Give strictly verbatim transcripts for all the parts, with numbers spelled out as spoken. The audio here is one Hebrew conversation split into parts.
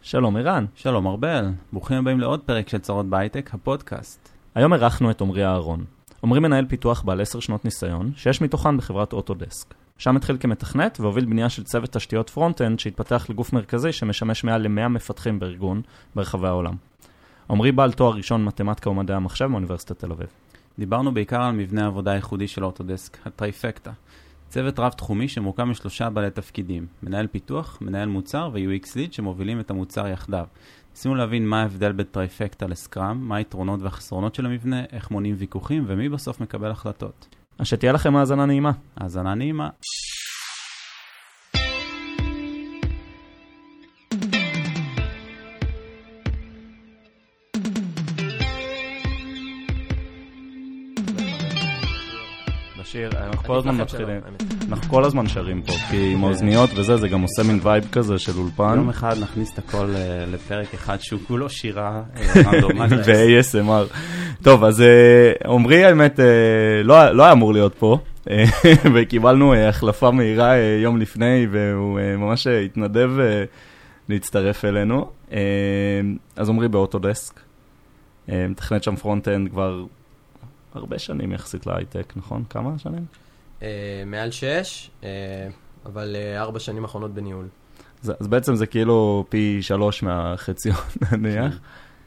שלום ערן. שלום ארבל. ברוכים הבאים לעוד פרק של צרות בהייטק, הפודקאסט. היום ערכנו את עמרי אהרון. עמרי מנהל פיתוח בעל עשר שנות ניסיון, שיש מתוכן בחברת אוטודסק. שם התחיל כמתכנת והוביל בנייה של צוות תשתיות פרונט-אנד שהתפתח לגוף מרכזי שמשמש מעל ל-מאה מפתחים בארגון ברחבי העולם. עמרי בעל תואר ראשון מתמטיקה ומדעי המחשב מאוניברסיטת תל אביב. דיברנו בעיקר על מבנה העבודה הייחודי של אוטודסק, הטרייפקטה. צוות רב-תחומי שמורכב משלושה בעלי תפקידים, מנהל פיתוח, מנהל מוצר ו-יו אקס ליד שמובילים את המוצר יחדיו. ניסינו להבין מה ההבדל בין טרייפקטה לסקראם, מה היתרונות והחסרונות של המבנה, איך מונעים ויכוחים ומי בסוף מקבל החלטות. אז שתהיה לכם האזנה נעימה. האזנה נעימה. שיר, אנחנו כל הזמן מתחילים, אנחנו כל הזמן שרים פה, כי עם האוזניות וזה, זה גם עושה מין וייב כזה של אולפן. יום אחד נכניס את הכל לפרק אחד שהוא כולו שירה רנדומלית. ו-איי אס אם אר. טוב, אז עמרי האמת לא היה אמור להיות פה, וקיבלנו החלפה מהירה יום לפני, והוא ממש התנדב להצטרף אלינו. אז עמרי באוטודסק, מתכנת שם פרונט-אנד כבר הרבה שנים יחסית להייטק, נכון? כמה שנים? מעל שש, אבל ארבע שנים אחרונות בניהול. אז בעצם זה כאילו פי שלוש מהחציון, נניח.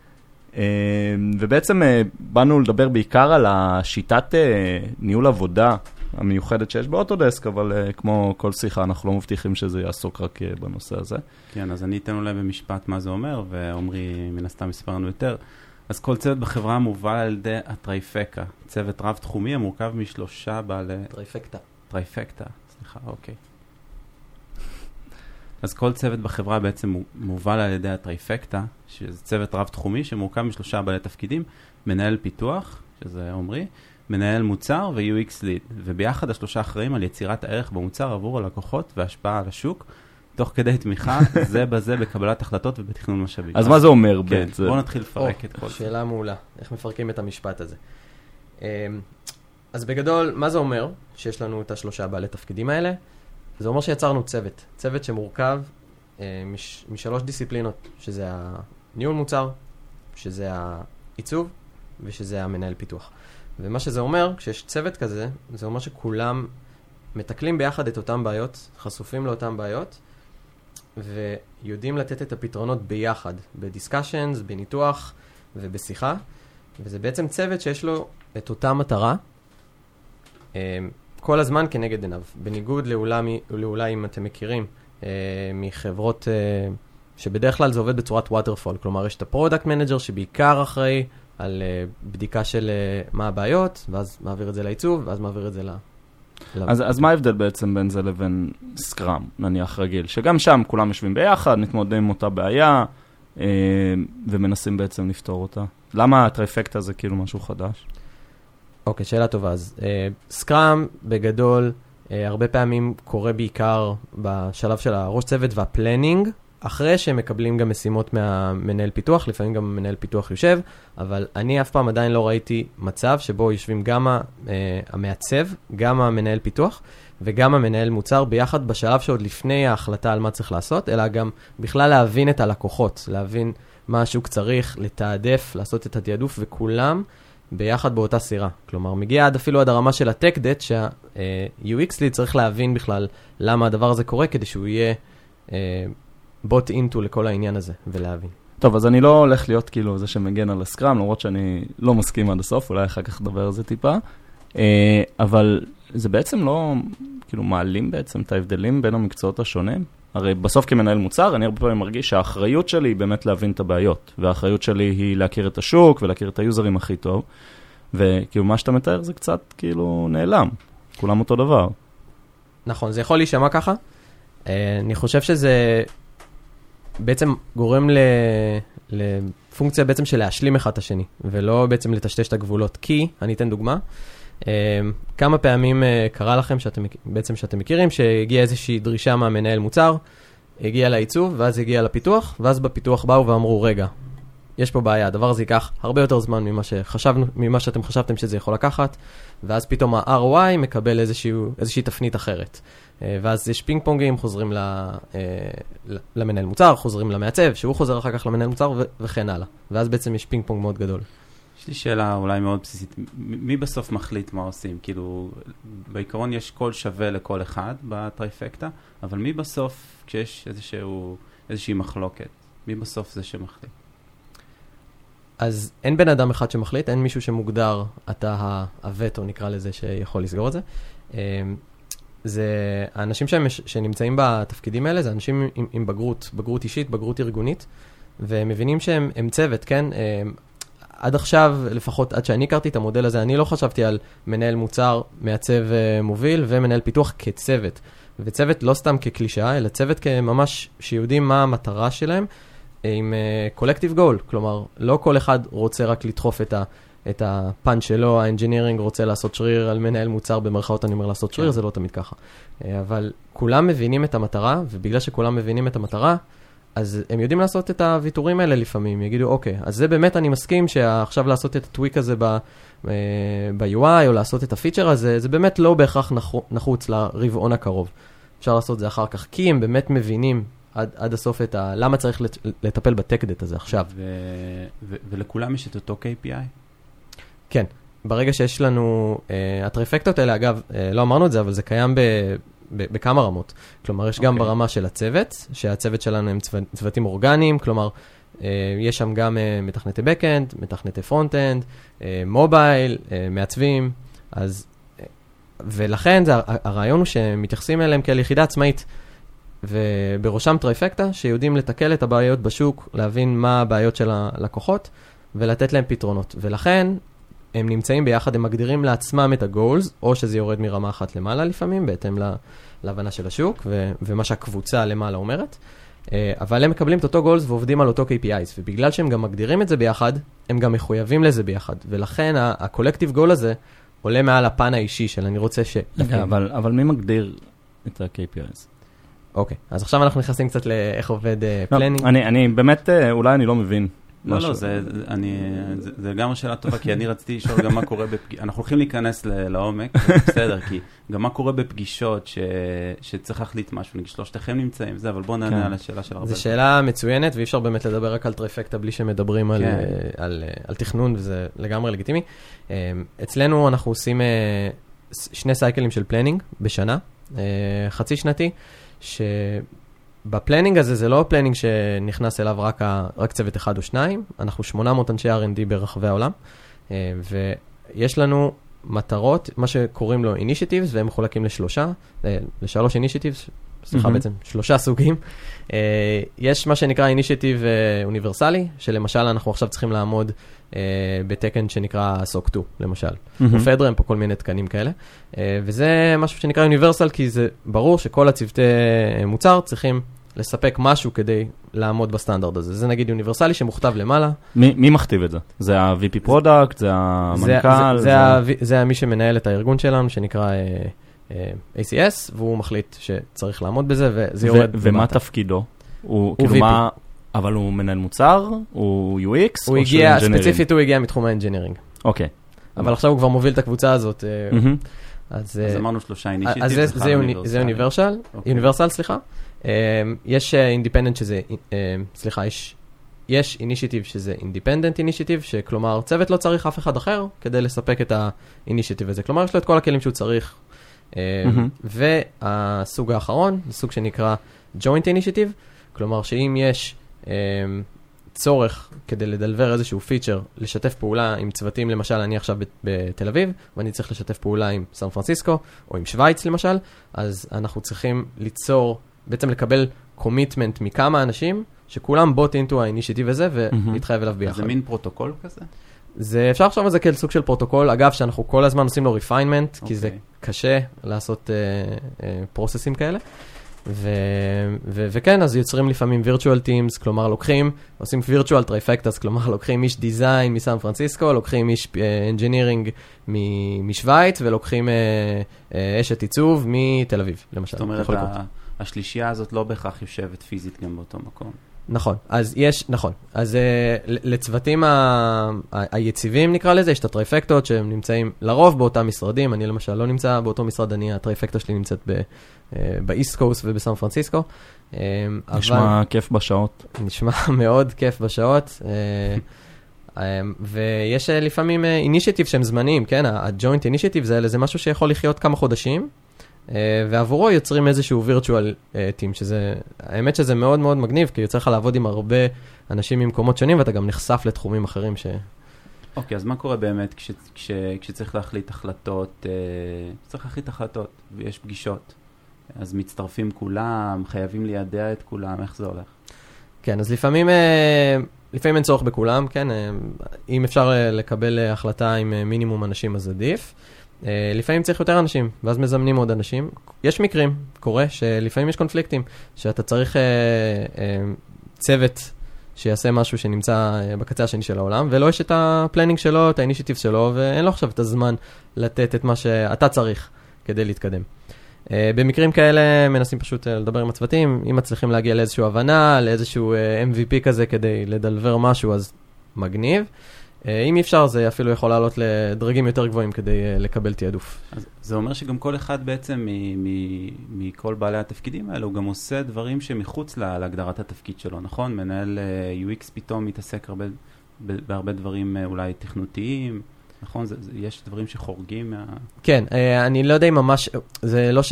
ובעצם באנו לדבר בעיקר על השיטת ניהול עבודה המיוחדת שיש באוטודסק, אבל כמו כל שיחה אנחנו לא מבטיחים שזה יעסוק רק בנושא הזה. כן, אז אני אתן אולי במשפט מה זה אומר, ועומרי מן הסתם מספרנו יותר. אז כל צוות בחברה מובל על ידי הטרייפקה, צוות רב-תחומי המורכב משלושה בעלי... טרייפקטה. טרייפקטה, סליחה, אוקיי. אז כל צוות בחברה בעצם מובל על ידי הטרייפקטה, שזה צוות רב-תחומי שמורכב משלושה בעלי תפקידים, מנהל פיתוח, שזה עמרי, מנהל מוצר ו-יו אקס ליד, וביחד השלושה אחראים על יצירת הערך במוצר עבור הלקוחות והשפעה על השוק, תוך כדי תמיכה, זה בזה בקבלת החלטות ובתכנון משאבים. אז מה זה אומר כן, בעצם? בואו נתחיל לפרק את כל זה. שאלה מעולה, איך מפרקים את המשפט הזה. אז בגדול, מה זה אומר שיש לנו את השלושה בעלי תפקידים האלה? זה אומר שיצרנו צוות, צוות שמורכב מש, משלוש דיסציפלינות, שזה הניהול מוצר, שזה העיצוב ושזה המנהל פיתוח. ומה שזה אומר, כשיש צוות כזה, זה אומר שכולם מתקלים ביחד את אותם בעיות, חשופים לאותם בעיות, ויודעים לתת את הפתרונות ביחד, בדיסקשנס, בניתוח ובשיחה, וזה בעצם צוות שיש לו את אותה מטרה, כל הזמן כנגד עיניו, בניגוד לאולי, לאולי אם אתם מכירים, מחברות שבדרך כלל זה עובד בצורת waterfall, כלומר יש את הפרודקט מנג'ר שבעיקר אחראי על בדיקה של מה הבעיות, ואז מעביר את זה לעיצוב, ואז מעביר את זה ל... אז, אז מה ההבדל בעצם בין זה לבין סקראם, נניח רגיל? שגם שם כולם יושבים ביחד, מתמודדים עם אותה בעיה, אה, ומנסים בעצם לפתור אותה. למה הטרייפקטה זה כאילו משהו חדש? אוקיי, שאלה טובה. אז אה, סקראם בגדול, אה, הרבה פעמים קורה בעיקר בשלב של הראש צוות והפלנינג, אחרי שהם מקבלים גם משימות מהמנהל פיתוח, לפעמים גם מנהל פיתוח יושב, אבל אני אף פעם עדיין לא ראיתי מצב שבו יושבים גם המעצב, גם המנהל פיתוח, וגם המנהל מוצר ביחד בשלב שעוד לפני ההחלטה על מה צריך לעשות, אלא גם בכלל להבין את הלקוחות, להבין מה השוק צריך, לתעדף, לעשות את התיעדוף, וכולם ביחד באותה סירה. כלומר, מגיע עד אפילו עד הרמה של הטק דט, שה-יו אקס ליד צריך להבין בכלל למה הדבר הזה קורה, כדי שהוא יהיה בוט אינטו לכל העניין הזה, ולהבין. טוב, אז אני לא הולך להיות כאילו זה שמגן על הסקראם, למרות שאני לא מסכים עד הסוף, אולי אחר כך נדבר על זה טיפה, אבל זה בעצם לא, כאילו, מעלים בעצם את ההבדלים בין המקצועות השונים. הרי בסוף כמנהל מוצר, אני הרבה פעמים מרגיש שהאחריות שלי היא באמת להבין את הבעיות, והאחריות שלי היא להכיר את השוק, ולהכיר את היוזרים הכי טוב, וכאילו מה שאתה מתאר זה קצת כאילו נעלם, כולם אותו דבר. נכון, זה יכול להישמע ככה. אני חושב שזה בעצם גורם ל... לפונקציה בעצם של להשלים אחד את השני, ולא בעצם לטשטש את הגבולות. כי, אני אתן דוגמה, כמה פעמים קרה לכם שאתם, בעצם שאתם מכירים, שהגיעה איזושהי דרישה מהמנהל מוצר, הגיע לעיצוב, ואז הגיע לפיתוח, ואז בפיתוח באו ואמרו, רגע, יש פה בעיה, הדבר הזה ייקח הרבה יותר זמן ממה שחשבנו, ממה שאתם חשבתם שזה יכול לקחת, ואז פתאום ה-אר או איי מקבל איזשהו, איזושהי תפנית אחרת. ואז יש פינג פונגים, חוזרים למנהל מוצר, חוזרים למעצב, שהוא חוזר אחר כך למנהל מוצר וכן הלאה. ואז בעצם יש פינג פונג מאוד גדול. יש לי שאלה אולי מאוד בסיסית, מי בסוף מחליט מה עושים? כאילו, בעיקרון יש קול שווה לכל אחד בטרייפקטה, אבל מי בסוף, כשיש איזשהו, איזושהי מחלוקת, מי בסוף זה שמחליט? אז אין בן אדם אחד שמחליט, אין מישהו שמוגדר, אתה הווטו נקרא לזה, שיכול לסגור את זה. זה, האנשים שהם, שנמצאים בתפקידים האלה, זה אנשים עם, עם בגרות, בגרות אישית, בגרות ארגונית, ומבינים שהם הם צוות, כן? עד עכשיו, לפחות עד שאני הכרתי את המודל הזה, אני לא חשבתי על מנהל מוצר, מעצב מוביל ומנהל פיתוח כצוות. וצוות לא סתם כקלישה, אלא צוות כממש שיודעים מה המטרה שלהם, עם collective goal. כלומר, לא כל אחד רוצה רק לדחוף את ה... את הפן שלו, האנג'ינירינג רוצה לעשות שריר על מנהל מוצר, במרכאות אני אומר לעשות שריר, זה לא תמיד ככה. אבל כולם מבינים את המטרה, ובגלל שכולם מבינים את המטרה, אז הם יודעים לעשות את הוויתורים האלה לפעמים, יגידו, אוקיי, אז זה באמת אני מסכים שעכשיו לעשות את הטוויק הזה ב-יו איי, או לעשות את הפיצ'ר הזה, זה באמת לא בהכרח נחוץ לרבעון הקרוב. אפשר לעשות זה אחר כך, כי הם באמת מבינים עד, עד הסוף את ה... למה צריך לטפל בטקדט הזה עכשיו. ו- ו- ולכולם יש את אותו קיי פי איי? כן, ברגע שיש לנו, uh, הטריפקטות האלה, אגב, uh, לא אמרנו את זה, אבל זה קיים ב, ב, בכמה רמות. כלומר, יש okay. גם ברמה של הצוות, שהצוות שלנו הם צו, צוותים אורגניים, כלומר, uh, יש שם גם uh, מתכנתי בקאנד, מתכנתי פרונט-אנד, uh, מובייל, uh, מעצבים, אז, uh, ולכן זה, הרעיון הוא שמתייחסים אליהם כאל יחידה עצמאית, ובראשם טריפקטה, שיודעים לתקל את הבעיות בשוק, להבין מה הבעיות של הלקוחות, ולתת להם פתרונות. ולכן, הם נמצאים ביחד, הם מגדירים לעצמם את הגולס, או שזה יורד מרמה אחת למעלה לפעמים, בהתאם להבנה של השוק, ו- ומה שהקבוצה למעלה אומרת. אבל הם מקבלים את אותו גולס ועובדים על אותו קיי פי איז, ובגלל שהם גם מגדירים את זה ביחד, הם גם מחויבים לזה ביחד. ולכן, הקולקטיב גול הזה עולה מעל הפן האישי של אני רוצה ש... אבל, אבל מי מגדיר את ה-קיי פי איז? אוקיי, אז עכשיו אנחנו נכנסים קצת לאיך עובד פלנינג. אני, אני באמת, אולי אני לא מבין. לא, לא, זה, אני, זה, זה גם שאלה טובה, כי אני רציתי לשאול גם מה קורה בפגישות, אנחנו הולכים להיכנס לעומק, בסדר, כי גם מה קורה בפגישות ש, שצריך להחליט משהו, נגיד שלושתכם נמצאים, זה, אבל בואו נענה על השאלה של הרבה. זו שאלה מצוינת, ואי אפשר באמת לדבר רק על טריפקטה, בלי שמדברים על, על, על תכנון, וזה לגמרי לגיטימי. אצלנו אנחנו עושים שני סייקלים של פלנינג בשנה, חצי שנתי, ש... בפלנינג הזה זה לא פלנינג שנכנס אליו רק, ה, רק צוות אחד או שניים, אנחנו שמונה מאות אנשי אר אנד די ברחבי העולם, ויש לנו מטרות, מה שקוראים לו initiatives, והם מחולקים לשלושה, לשלוש initiatives, סליחה mm-hmm. בעצם, שלושה סוגים. יש מה שנקרא initiative אוניברסלי, שלמשל אנחנו עכשיו צריכים לעמוד בתקן שנקרא סוק שתיים, למשל. Mm-hmm. או פדרם, פה כל מיני תקנים כאלה. וזה משהו שנקרא אוניברסל, כי זה ברור שכל הצוותי מוצר צריכים לספק משהו כדי לעמוד בסטנדרט הזה. זה נגיד אוניברסלי שמוכתב למעלה. מי, מי מכתיב את זה? זה ה-וי פי פרודקט? זה המנכ"ל? זה, זה, זה, זה מי שמנהל את הארגון שלנו, שנקרא איי סי אס, והוא מחליט שצריך לעמוד בזה, וזה יורד. ומה תפקידו? הוא כאילו מה... אבל הוא מנהל מוצר? הוא יו אקס? הוא הגיע, ספציפית הוא הגיע מתחום האנג'ינירינג. אוקיי. אבל עכשיו הוא כבר מוביל את הקבוצה הזאת. אז אמרנו שלושה אינישיטיב. אז זה אוניברסל, אוניברסל, סליחה. יש אינדיפנדנט שזה, סליחה, יש אינישיטיב שזה אינדיפנדנט אינישיטיב, שכלומר צוות לא צריך אף אחד אחר כדי לספק את האינישיטיב הזה. כלומר יש לו את כל הכלים שהוא צריך. והסוג האחרון, זה סוג שנקרא joint initiative, כלומר שאם יש צורך כדי לדלבר איזשהו פיצ'ר, לשתף פעולה עם צוותים, למשל אני עכשיו בתל אביב, ואני צריך לשתף פעולה עם סן פרנסיסקו, או עם שוויץ למשל, אז אנחנו צריכים ליצור, בעצם לקבל קומיטמנט מכמה אנשים, שכולם בוט אינטו האינישיטיב הזה, ולהתחייב אליו ביחד. זה מין פרוטוקול כזה? זה, אפשר לחשוב על זה כאל סוג של פרוטוקול, אגב שאנחנו כל הזמן עושים לו ריפיינמנט, okay. כי זה קשה לעשות uh, uh, פרוססים כאלה, ו, ו, וכן, אז יוצרים לפעמים virtual teams, כלומר לוקחים, עושים virtual trifectas, כלומר לוקחים איש דיזיין מסן פרנסיסקו, לוקחים איש engineering משוויץ, ולוקחים uh, uh, אשת עיצוב מתל אביב, למשל. זאת אומרת, השלישייה הזאת לא בהכרח יושבת פיזית גם באותו מקום. נכון, אז יש, נכון, אז uh, לצוותים ה- ה- היציבים נקרא לזה, יש את הטרייפקטות שהם נמצאים לרוב באותם משרדים, אני למשל לא נמצא באותו משרד, אני הטרייפקטה שלי נמצאת ב- uh, באיסט קוסט ובסן פרנסיסקו. Uh, נשמע אבל, כיף בשעות. נשמע מאוד כיף בשעות, uh, um, ויש uh, לפעמים אינישיטיב uh, שהם זמניים, כן, הג'וינט אינישיטיב זה, זה משהו שיכול לחיות כמה חודשים, Uh, ועבורו יוצרים איזשהו virtual uh, team, שזה, האמת שזה מאוד מאוד מגניב, כי יוצא לך לעבוד עם הרבה אנשים ממקומות שונים, ואתה גם נחשף לתחומים אחרים ש... אוקיי, אז מה קורה באמת כש, כש, כשצריך להחליט החלטות, uh, צריך להחליט החלטות, ויש פגישות, אז מצטרפים כולם, חייבים לידע את כולם, איך זה הולך? כן, אז לפעמים, uh, לפעמים אין צורך בכולם, כן, uh, אם אפשר uh, לקבל uh, החלטה עם uh, מינימום אנשים, אז עדיף. Uh, לפעמים צריך יותר אנשים, ואז מזמנים עוד אנשים. יש מקרים, קורה, שלפעמים יש קונפליקטים, שאתה צריך uh, uh, צוות שיעשה משהו שנמצא uh, בקצה השני של העולם, ולא יש את הפלנינג שלו, את האינישיטיב שלו, ואין לו עכשיו את הזמן לתת את מה שאתה צריך כדי להתקדם. Uh, במקרים כאלה מנסים פשוט uh, לדבר עם הצוותים, אם מצליחים להגיע לאיזושהי הבנה, לאיזשהו uh, אם וי פי כזה כדי לדלבר משהו, אז מגניב. אם אי אפשר, זה אפילו יכול לעלות לדרגים יותר גבוהים כדי לקבל תיעדוף. אז זה אומר שגם כל אחד בעצם מכל בעלי התפקידים האלה, הוא גם עושה דברים שמחוץ להגדרת התפקיד שלו, נכון? מנהל יו אקס פתאום מתעסק הרבה, בהרבה דברים אולי תכנותיים, נכון? זה, זה, יש דברים שחורגים מה... כן, אני לא יודע אם ממש, זה לא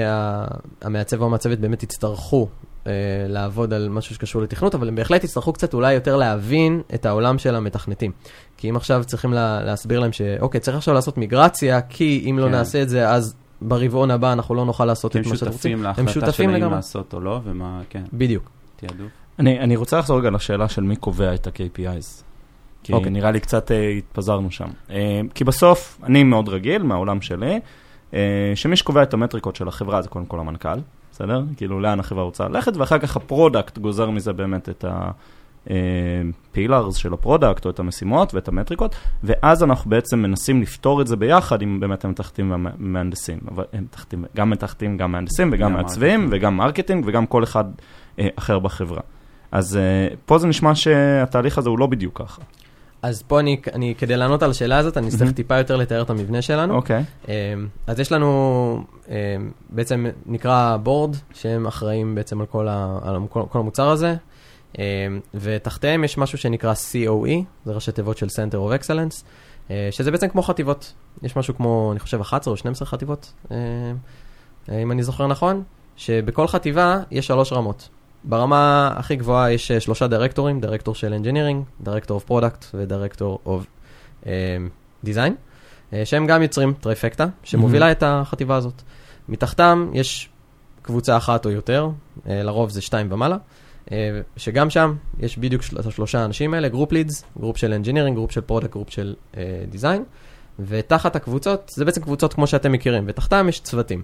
שהמעצב או המעצבת באמת יצטרכו לעבוד על משהו שקשור לתכנות, אבל הם בהחלט יצטרכו קצת אולי יותר להבין את העולם של המתכנתים. כי אם עכשיו צריכים לה, להסביר להם שאוקיי, צריך עכשיו לעשות מיגרציה, כי אם לא נעשה את זה, אז ברבעון הבא אנחנו לא נוכל לעשות את מה שאתם רוצים. הם שותפים להחלטה של האם לעשות או לא, ומה, כן. בדיוק. תיעדוף. אני, אני רוצה לחזור רגע לשאלה של מי קובע את ה-קיי פי איז. כי okay. נראה לי קצת uh, התפזרנו שם. Uh, כי בסוף, אני מאוד רגיל מהעולם שלי, uh, שמי שקובע את המטריקות של החברה זה קודם כל המנכ"ל, בסדר? כאילו לאן החברה רוצה ללכת, ואחר כך הפרודקט גוזר מזה באמת את הפילרס של הפרודקט, או את המשימות ואת המטריקות, ואז אנחנו בעצם מנסים לפתור את זה ביחד עם באמת המתכתים והמהנדסים. גם מתכתים, גם מהנדסים, וגם מעצבים, וגם מרקטינג, וגם כל אחד אחר בחברה. אז פה זה נשמע שהתהליך הזה הוא לא בדיוק ככה. אז פה אני, אני, כדי לענות על השאלה הזאת, אני אצטרך טיפה יותר לתאר את המבנה שלנו. אוקיי. אז יש לנו, בעצם נקרא בורד, שהם אחראים בעצם על כל, ה, על כל, כל המוצר הזה, ותחתיהם יש משהו שנקרא סי או אי, זה ראשי תיבות של Center of Excellence, שזה בעצם כמו חטיבות. יש משהו כמו, אני חושב, אחת עשרה או שתים עשרה חטיבות, אם אני זוכר נכון, שבכל חטיבה יש שלוש רמות. ברמה הכי גבוהה יש שלושה דירקטורים, דירקטור של Engineering, דירקטור of Product ודירקטור of uh, Design, uh, שהם גם יוצרים טרייפקטה, שמובילה mm-hmm. את החטיבה הזאת. מתחתם יש קבוצה אחת או יותר, uh, לרוב זה שתיים ומעלה, uh, שגם שם יש בדיוק של, שלושה האנשים האלה, גרופ לידס, גרופ של Engineering, גרופ של Product, גרופ של uh, Design, ותחת הקבוצות, זה בעצם קבוצות כמו שאתם מכירים, ותחתם יש צוותים.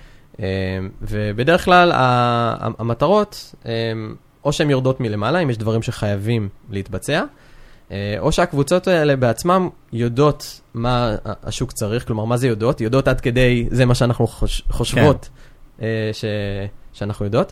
ובדרך כלל המטרות, או שהן יורדות מלמעלה, אם יש דברים שחייבים להתבצע, או שהקבוצות האלה בעצמם יודעות מה השוק צריך, כלומר, מה זה יודעות? יודעות עד כדי, זה מה שאנחנו חושבות ש, שאנחנו יודעות.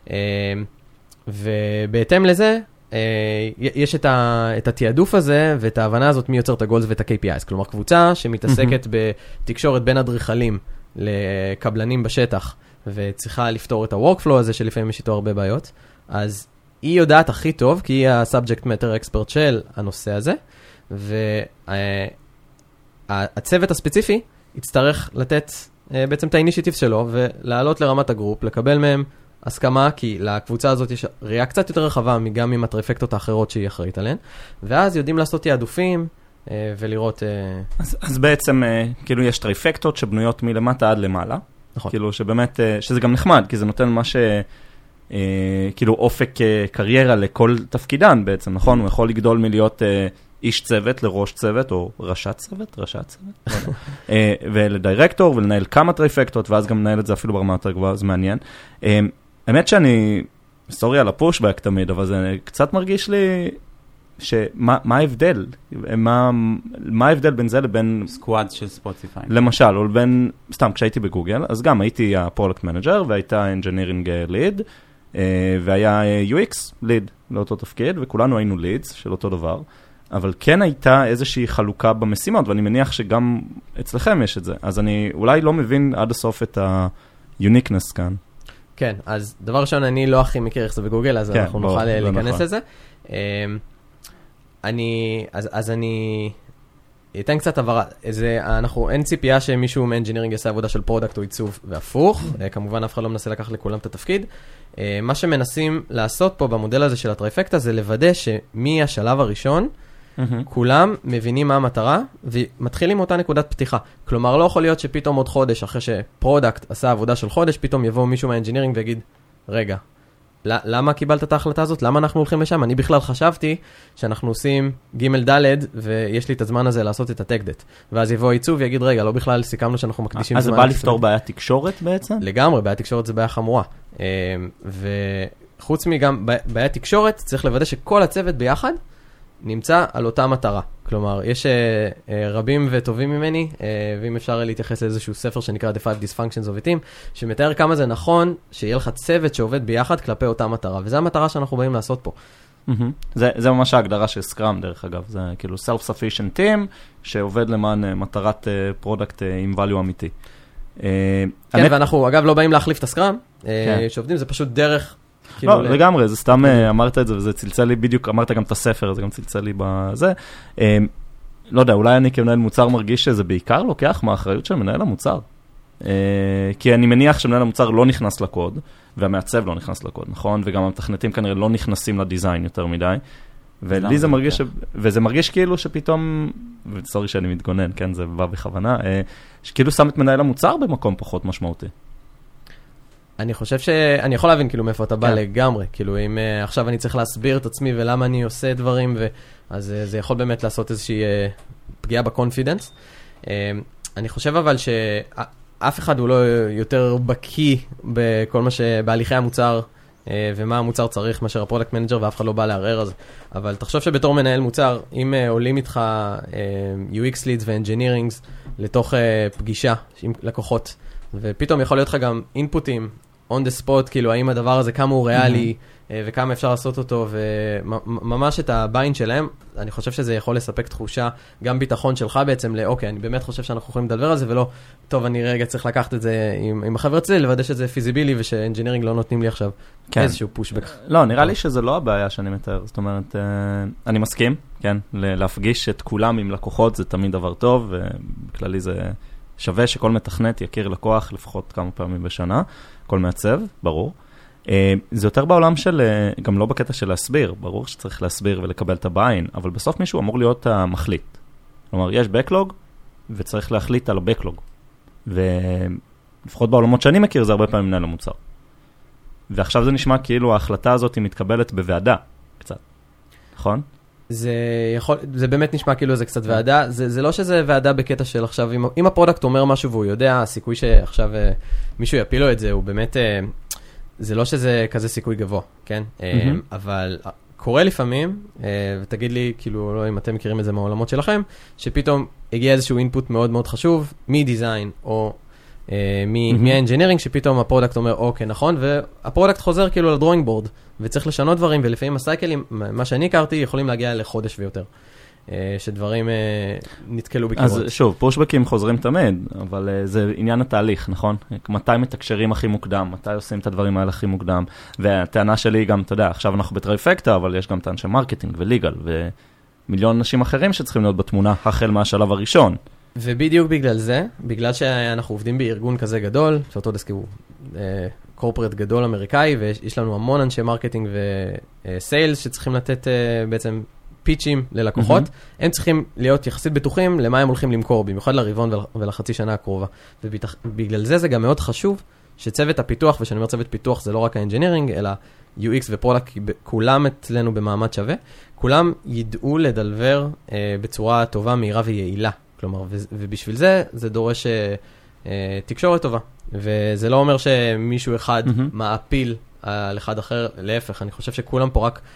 ובהתאם לזה, יש את, ה, את התיעדוף הזה ואת ההבנה הזאת מי יוצר את הגולס ואת ה-קיי פי איז. כלומר, קבוצה שמתעסקת בתקשורת בין אדריכלים לקבלנים בשטח, וצריכה לפתור את ה-workflow הזה, שלפעמים יש איתו הרבה בעיות, אז היא יודעת הכי טוב, כי היא ה-subject matter expert של הנושא הזה, והצוות הספציפי יצטרך לתת בעצם את האינישיטיב שלו, ולעלות לרמת הגרופ, לקבל מהם הסכמה, כי לקבוצה הזאת יש ראייה קצת יותר רחבה, גם עם הטריפקטות האחרות שהיא אחראית עליהן, ואז יודעים לעשות תיעדופים, ולראות... אז, אז בעצם, כאילו, יש טריפקטות שבנויות מלמטה עד למעלה. נכון. כאילו, שבאמת, שזה גם נחמד, כי זה נותן מה ש... כאילו, אופק קריירה לכל תפקידן בעצם, נכון? הוא יכול לגדול מלהיות איש צוות לראש צוות, או ראשת צוות, ראשת צוות. ולדירקטור, ולנהל כמה טריפקטות, ואז גם לנהל את זה אפילו ברמה יותר גבוהה, זה מעניין. האמת שאני, סורי על הפושבק תמיד, אבל זה קצת מרגיש לי... שמה מה ההבדל? מה, מה ההבדל בין זה לבין... סקואד של ספוטיפיי. למשל, או לבין... סתם, כשהייתי בגוגל, אז גם הייתי הפרודקט מנג'ר, והייתה engineering lead, והיה יו אקס ליד לאותו תפקיד, וכולנו היינו לידס של אותו דבר, אבל כן הייתה איזושהי חלוקה במשימות, ואני מניח שגם אצלכם יש את זה. אז אני אולי לא מבין עד הסוף את ה-uniqueness כאן. כן, אז דבר ראשון, אני לא הכי מכיר איך זה בגוגל, אז אנחנו נוכל להיכנס לזה. אני, אז, אז אני אתן קצת עברה. זה, אנחנו, אין ציפייה שמישהו מאנג'ינירינג יעשה עבודה של פרודקט או עיצוב והפוך. כמובן, אף אחד לא מנסה לקחת לכולם את התפקיד. מה שמנסים לעשות פה במודל הזה של הטרייפקטה, זה לוודא שמהשלב הראשון, כולם מבינים מה המטרה, ומתחילים מאותה נקודת פתיחה. כלומר, לא יכול להיות שפתאום עוד חודש, אחרי שפרודקט עשה עבודה של חודש, פתאום יבוא מישהו מהאנג'ינירינג ויגיד, רגע, למה קיבלת את ההחלטה הזאת? למה אנחנו הולכים לשם? אני בכלל חשבתי שאנחנו עושים ג' ד' ויש לי את הזמן הזה לעשות את הטקדט. ואז יבוא עיצוב ויגיד, רגע, לא בכלל סיכמנו שאנחנו מקדישים זמן. אז זה בא לפתור בעיית תקשורת בעצם? לגמרי, בעיית תקשורת זה בעיה חמורה. וחוץ מגם בעיית תקשורת, צריך לוודא שכל הצוות ביחד נמצא על אותה מטרה. כלומר, יש uh, uh, רבים וטובים ממני, uh, ואם אפשר להתייחס לאיזשהו ספר שנקרא The Five Dysfunctions of a Team, שמתאר כמה זה נכון שיהיה לך צוות שעובד ביחד כלפי אותה מטרה, וזו המטרה שאנחנו באים לעשות פה. Mm-hmm. זה, זה ממש ההגדרה של סקראם, דרך אגב. זה כאילו self-sufficient team, שעובד למען uh, מטרת פרודקט uh, uh, עם value אמיתי. Uh, כן, הנק... ואנחנו אגב לא באים להחליף את הסקראם, uh, כן. שעובדים, זה פשוט דרך... לא, לגמרי, זה סתם אמרת את זה, וזה צלצל לי בדיוק, אמרת גם את הספר, זה גם צלצל לי בזה. לא יודע, אולי אני כמנהל מוצר מרגיש שזה בעיקר לוקח מהאחריות של מנהל המוצר. כי אני מניח שמנהל המוצר לא נכנס לקוד, והמעצב לא נכנס לקוד, נכון? וגם המתכנתים כנראה לא נכנסים לדיזיין יותר מדי. ולי זה מרגיש, וזה מרגיש כאילו שפתאום, וסורי שאני מתגונן, כן, זה בא בכוונה, שכאילו שם את מנהל המוצר במקום פחות משמעותי. אני חושב שאני יכול להבין כאילו מאיפה אתה בא לגמרי, כאילו אם עכשיו אני צריך להסביר את עצמי ולמה אני עושה דברים, אז זה יכול באמת לעשות איזושהי פגיעה בקונפידנס. אני חושב אבל שאף אחד הוא לא יותר בקיא בכל מה שבהליכי המוצר ומה המוצר צריך מאשר הפרודקט מנג'ר, ואף אחד לא בא לערער על זה. אבל תחשוב שבתור מנהל מוצר, אם עולים איתך יו אקס לידס ואנג'ינירינגס לתוך פגישה עם לקוחות, ופתאום יכול להיות לך גם אינפוטים on the spot, כאילו האם הדבר הזה כמה הוא ריאלי, וכמה אפשר לעשות אותו, וממש את הביין שלהם, אני חושב שזה יכול לספק תחושה, גם ביטחון שלך בעצם, לאוקיי, אני באמת חושב שאנחנו יכולים לדבר על זה, ולא, טוב, אני רגע צריך לקחת את זה עם, עם החבר'ה אצלי, לוודא שזה פיזיבילי, ושאנג'ינירינג לא נותנים לי עכשיו כן. איזשהו פושבק. לא, נראה לי שזה לא הבעיה שאני מתאר, זאת אומרת, אני מסכים, כן, להפגיש את כולם עם לקוחות, זה תמיד דבר טוב, ובכללי זה שווה שכל מתכנת יכיר לקוח לפחות כמה פעמים בשנה, כל מעצב, ברור. זה יותר בעולם של, גם לא בקטע של להסביר, ברור שצריך להסביר ולקבל את הביין, אבל בסוף מישהו אמור להיות המחליט. כלומר, יש בקלוג, וצריך להחליט על הבקלוג. ולפחות בעולמות שאני מכיר, זה הרבה פעמים מנהל המוצר. ועכשיו זה נשמע כאילו ההחלטה הזאת היא מתקבלת בוועדה, קצת. נכון? זה יכול, זה באמת נשמע כאילו זה קצת ועדה, זה, זה לא שזה ועדה בקטע של עכשיו, אם, אם הפרודקט אומר משהו והוא יודע, הסיכוי שעכשיו מישהו יפיל לו את זה, הוא באמת, זה לא שזה כזה סיכוי גבוה, כן? Mm-hmm. אבל קורה לפעמים, ותגיד לי, כאילו, לא אם אתם מכירים את זה מהעולמות שלכם, שפתאום הגיע איזשהו אינפוט מאוד מאוד חשוב, מדיזיין או מהאנג'ינירינג, שפתאום הפרודקט אומר, אוקיי, נכון, והפרודקט חוזר כאילו לדרוינג בורד, וצריך לשנות דברים, ולפעמים הסייקלים, מה שאני הכרתי, יכולים להגיע לחודש ויותר, שדברים נתקלו בקירות. אז שוב, פושבקים חוזרים תמיד, אבל זה עניין התהליך, נכון? מתי מתקשרים הכי מוקדם, מתי עושים את הדברים האלה הכי מוקדם, והטענה שלי גם, אתה יודע, עכשיו אנחנו בטרייפקטה, אבל יש גם טען של מרקטינג וליגל, ומיליון אנשים אחרים שצריכים להיות בתמונה, החל מהשלב הראשון. ובדיוק בגלל זה, בגלל שאנחנו עובדים בארגון כזה גדול, שאותו דסקי הוא קורפרט גדול אמריקאי, ויש לנו המון אנשי מרקטינג וסיילס שצריכים לתת בעצם פיצ'ים ללקוחות, mm-hmm. הם צריכים להיות יחסית בטוחים למה הם הולכים למכור, במיוחד לרבעון ולחצי שנה הקרובה. ובגלל זה זה גם מאוד חשוב שצוות הפיתוח, ושאני אומר צוות פיתוח זה לא רק האנג'ינירינג, אלא יו אקס ופרודקט, כולם אצלנו במעמד שווה, כולם ידעו לדלבר אה, בצורה טובה, מהירה ויעילה. כלומר, ו- ובשביל זה, זה דורש אה, תקשורת טובה. וזה לא אומר שמישהו אחד mm-hmm. מעפיל על אחד אחר, להפך, אני חושב שכולם פה רק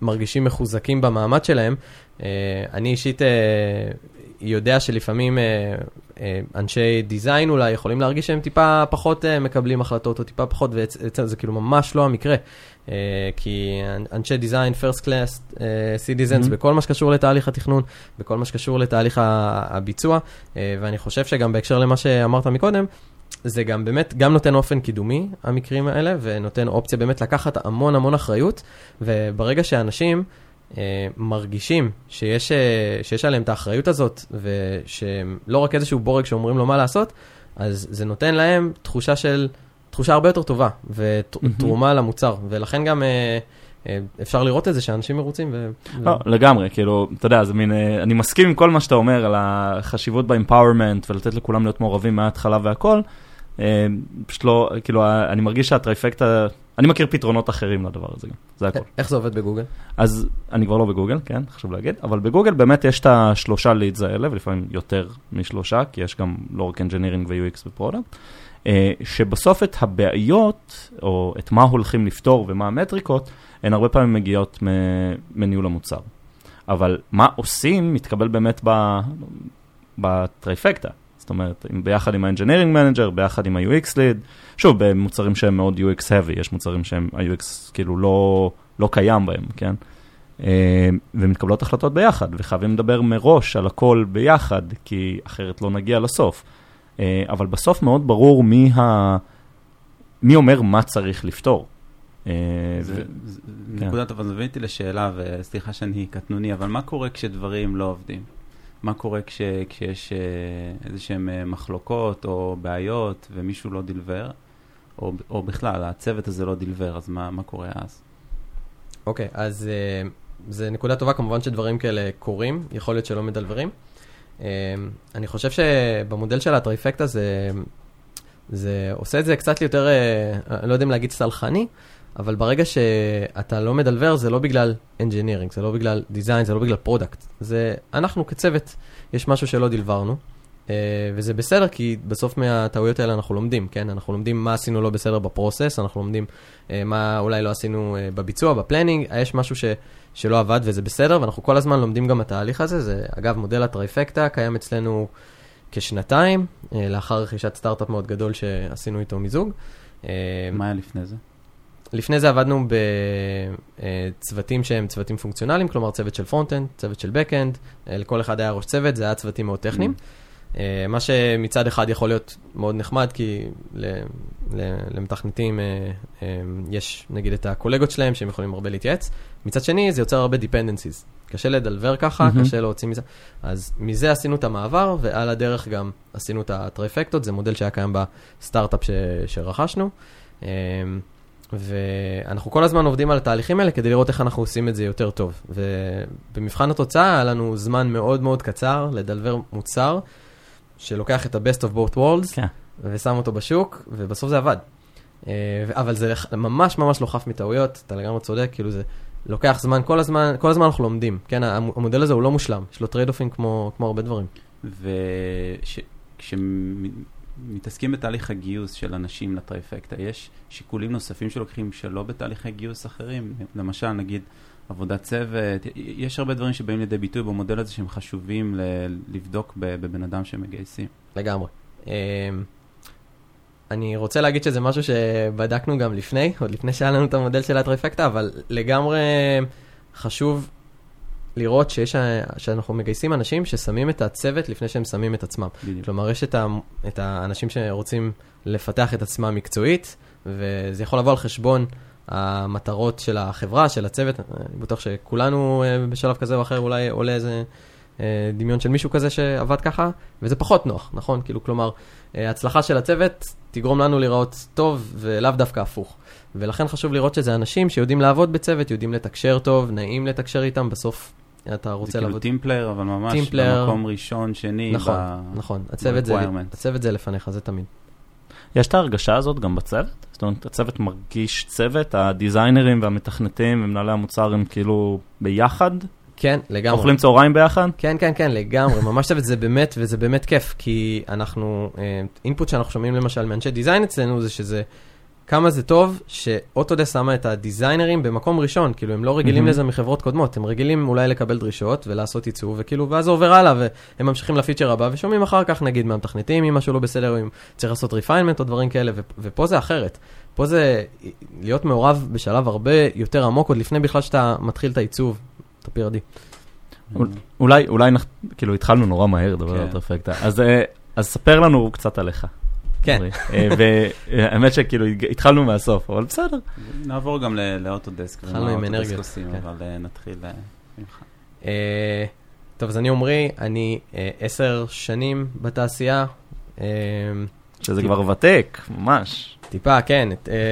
מרגישים מחוזקים במעמד שלהם. אני אישית יודע שלפעמים אנשי דיזיין אולי יכולים להרגיש שהם טיפה פחות מקבלים החלטות, או טיפה פחות, וזה כאילו ממש לא המקרה. כי אנשי דיזיין, first class citizens, בכל מה שקשור לתהליך התכנון, בכל מה שקשור לתהליך הביצוע, ואני חושב שגם בהקשר למה שאמרת מקודם, זה גם באמת, גם נותן אופן קידומי, המקרים האלה, ונותן אופציה באמת לקחת המון המון אחריות, וברגע שאנשים אה, מרגישים שיש, אה, שיש עליהם את האחריות הזאת, ושלא רק איזשהו בורג שאומרים לו מה לעשות, אז זה נותן להם תחושה של, תחושה הרבה יותר טובה, ותרומה mm-hmm. למוצר, ולכן גם אה, אה, אפשר לראות את זה שאנשים מרוצים. ו... לא, לגמרי, כאילו, אתה יודע, זה מין, אה, אני מסכים עם כל מה שאתה אומר על החשיבות באמפאורמנט, ולתת לכולם להיות מעורבים מההתחלה והכל, פשוט לא, כאילו, אני מרגיש שהטרייפקטה, אני מכיר פתרונות אחרים לדבר הזה גם, זה הכל. איך זה עובד בגוגל? אז אני כבר לא בגוגל, כן, חשוב להגיד, אבל בגוגל באמת יש את השלושה לידס האלה, ולפעמים יותר משלושה, כי יש גם לא רק engineering ו-יו אקס ופרודקט, שבסוף את הבעיות, או את מה הולכים לפתור ומה המטריקות, הן הרבה פעמים מגיעות מניהול המוצר. אבל מה עושים מתקבל באמת בטרייפקטה. זאת אומרת, ביחד עם ה-Engineering Manager, ביחד עם ה-יו אקס Lead, שוב, במוצרים שהם מאוד יו אקס heavy, יש מוצרים שהם, ה-יו אקס כאילו לא, לא קיים בהם, כן? ומתקבלות החלטות ביחד, וחייבים לדבר מראש על הכל ביחד, כי אחרת לא נגיע לסוף. אבל בסוף מאוד ברור מי, ה... מי אומר מה צריך לפתור. נקודת, אבל נביא לשאלה, וסליחה שאני קטנוני, אבל מה קורה כשדברים לא עובדים? מה קורה כש, כשיש איזשהם מחלוקות או בעיות ומישהו לא דלבר, או, או בכלל, הצוות הזה לא דלבר, אז מה, מה קורה אז? אוקיי, okay, אז uh, זה נקודה טובה, כמובן שדברים כאלה קורים, יכול להיות שלא מדלברים. Uh, אני חושב שבמודל של הטרייפקטה זה, זה עושה את זה קצת יותר, uh, אני לא יודע אם להגיד סלחני, אבל ברגע שאתה לא מדלבר, זה לא בגלל engineering, זה לא בגלל design, זה לא בגלל product. זה, אנחנו כצוות, יש משהו שלא דלברנו, וזה בסדר, כי בסוף מהטעויות האלה אנחנו לומדים, כן? אנחנו לומדים מה עשינו לא בסדר בפרוסס, אנחנו לומדים מה אולי לא עשינו בביצוע, בפלנינג, יש משהו ש, שלא עבד וזה בסדר, ואנחנו כל הזמן לומדים גם התהליך הזה. זה, אגב, מודל הטרייפקטה קיים אצלנו כשנתיים, לאחר רכישת סטארט-אפ מאוד גדול שעשינו איתו מיזוג. מה היה לפני זה? לפני זה עבדנו בצוותים שהם צוותים פונקציונליים, כלומר צוות של פרונט-אנד, צוות של בק-אנד, לכל אחד היה ראש צוות, זה היה צוותים מאוד טכניים. מה שמצד אחד יכול להיות מאוד נחמד, כי למתכנתים יש נגיד את הקולגות שלהם שהם יכולים הרבה להתייעץ. מצד שני זה יוצר הרבה dependencies. קשה לדלבר ככה, קשה להוציא מזה. אז מזה עשינו את המעבר, ועל הדרך גם עשינו את הטרייפקטות, זה מודל שהיה קיים בסטארט-אפ שרכשנו. ואנחנו כל הזמן עובדים על התהליכים האלה כדי לראות איך אנחנו עושים את זה יותר טוב. ובמבחן התוצאה היה לנו זמן מאוד מאוד קצר לדלבר מוצר שלוקח את ה-best of both worlds ושם אותו בשוק, ובסוף זה עבד. אבל זה ממש ממש לא חף מטעויות, אתה לגמרי צודק, כאילו זה לוקח זמן, כל הזמן, כל הזמן אנחנו לומדים. כן, המודל הזה הוא לא מושלם, יש לו טרייד-אופים כמו, כמו הרבה דברים. וכשמתעסקים בתהליך הגיוס של אנשים לטרייפקטה, יש שיקולים נוספים שלוקחים שלא בתהליכי גיוס אחרים, למשל נגיד עבודת צוות, יש הרבה דברים שבאים לידי ביטוי במודל הזה שהם חשובים לבדוק בבן אדם שמגייסים. לגמרי. אני רוצה להגיד שזה משהו שבדקנו גם לפני, עוד לפני שהיה לנו את המודל של הטרייפקטה, אבל לגמרי חשוב לראות שיש, שאנחנו מגייסים אנשים ששמים את הצוות לפני שהם שמים את עצמם. בדיוק. כלומר, יש את, ה, את האנשים שרוצים לפתח את עצמם מקצועית, וזה יכול לבוא על חשבון המטרות של החברה, של הצוות. אני בטוח שכולנו בשלב כזה או אחר אולי עולה איזה דמיון של מישהו כזה שעבד ככה, וזה פחות נוח, נכון? כאילו, כלומר, הצלחה של הצוות תגרום לנו לראות טוב ולאו דווקא הפוך. ולכן חשוב לראות שזה אנשים שיודעים לעבוד בצוות, יודעים לתקשר טוב, נעים לתקשר איתם, בסוף אתה רוצה לעבוד. זה כאילו טימפלייר, אבל ממש במקום ראשון, שני. נכון, נכון. הצוות זה לפניך, זה תמיד. יש את ההרגשה הזאת גם בצוות? זאת אומרת, הצוות מרגיש צוות, הדיזיינרים והמתכנתים ומנהלי המוצר הם כאילו ביחד? כן, לגמרי. אוכלים צהריים ביחד? כן, כן, כן, לגמרי. ממש צוות זה באמת, וזה באמת כיף, כי אנחנו, אינפוט שאנחנו שומעים למשל מאנשי דיזיין אצלנו, זה שזה כמה זה טוב שאוטודסק שמה את הדיזיינרים במקום ראשון, כאילו הם לא רגילים לזה מחברות קודמות, הם רגילים אולי לקבל דרישות ולעשות ייצור, וכאילו, ואז זה עובר הלאה, והם ממשיכים לפיצ'ר הבא, ושומעים אחר כך, נגיד, מהמתכנתים, אם משהו לא בסדר, או אם צריך לעשות ריפיינמנט או דברים כאלה, ופה זה אחרת. פה זה להיות מעורב בשלב הרבה יותר עמוק, עוד לפני בכלל שאתה מתחיל את העיצוב, את ה-פי אר די. אולי, אולי, כאילו, התחלנו נורא מהר, דבר על טרפקטה. אז, אז ספר לנו קצת עליך. כן. והאמת שכאילו התחלנו מהסוף, אבל בסדר. נעבור גם לאוטודסק. התחלנו עם אנרגיה. אבל נתחיל ממך. טוב, אז אני עומרי, אני עשר שנים בתעשייה. שזה כבר ותק, ממש. טיפה, כן.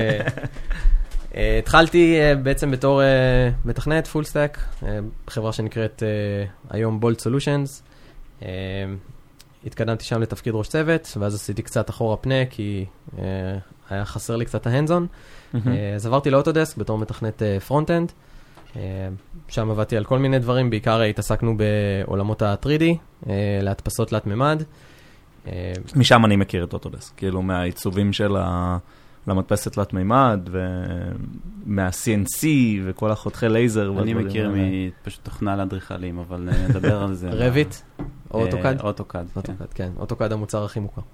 התחלתי בעצם בתור מתכנת פול סטק, חברה שנקראת היום בולט סולושנס. התקדמתי שם לתפקיד ראש צוות, ואז עשיתי קצת אחורה פנה, כי היה חסר לי קצת ההנדזון. אז עברתי לאוטודסק בתור מתכנת פרונט-אנד. שם עבדתי על כל מיני דברים, בעיקר התעסקנו בעולמות ה-תרי די, להדפסות תלת ממד. משם אני מכיר את אוטודסק, כאילו מהעיצובים של המדפסת תלת מימד, ומה-סי אן סי וכל החותכי לייזר. אני מכיר מפשוט תוכנה לאדריכלים, אבל נדבר על זה. רביט? או אוטוקד? אוטוקד, כן. אוטוקד המוצר הכי מוכר.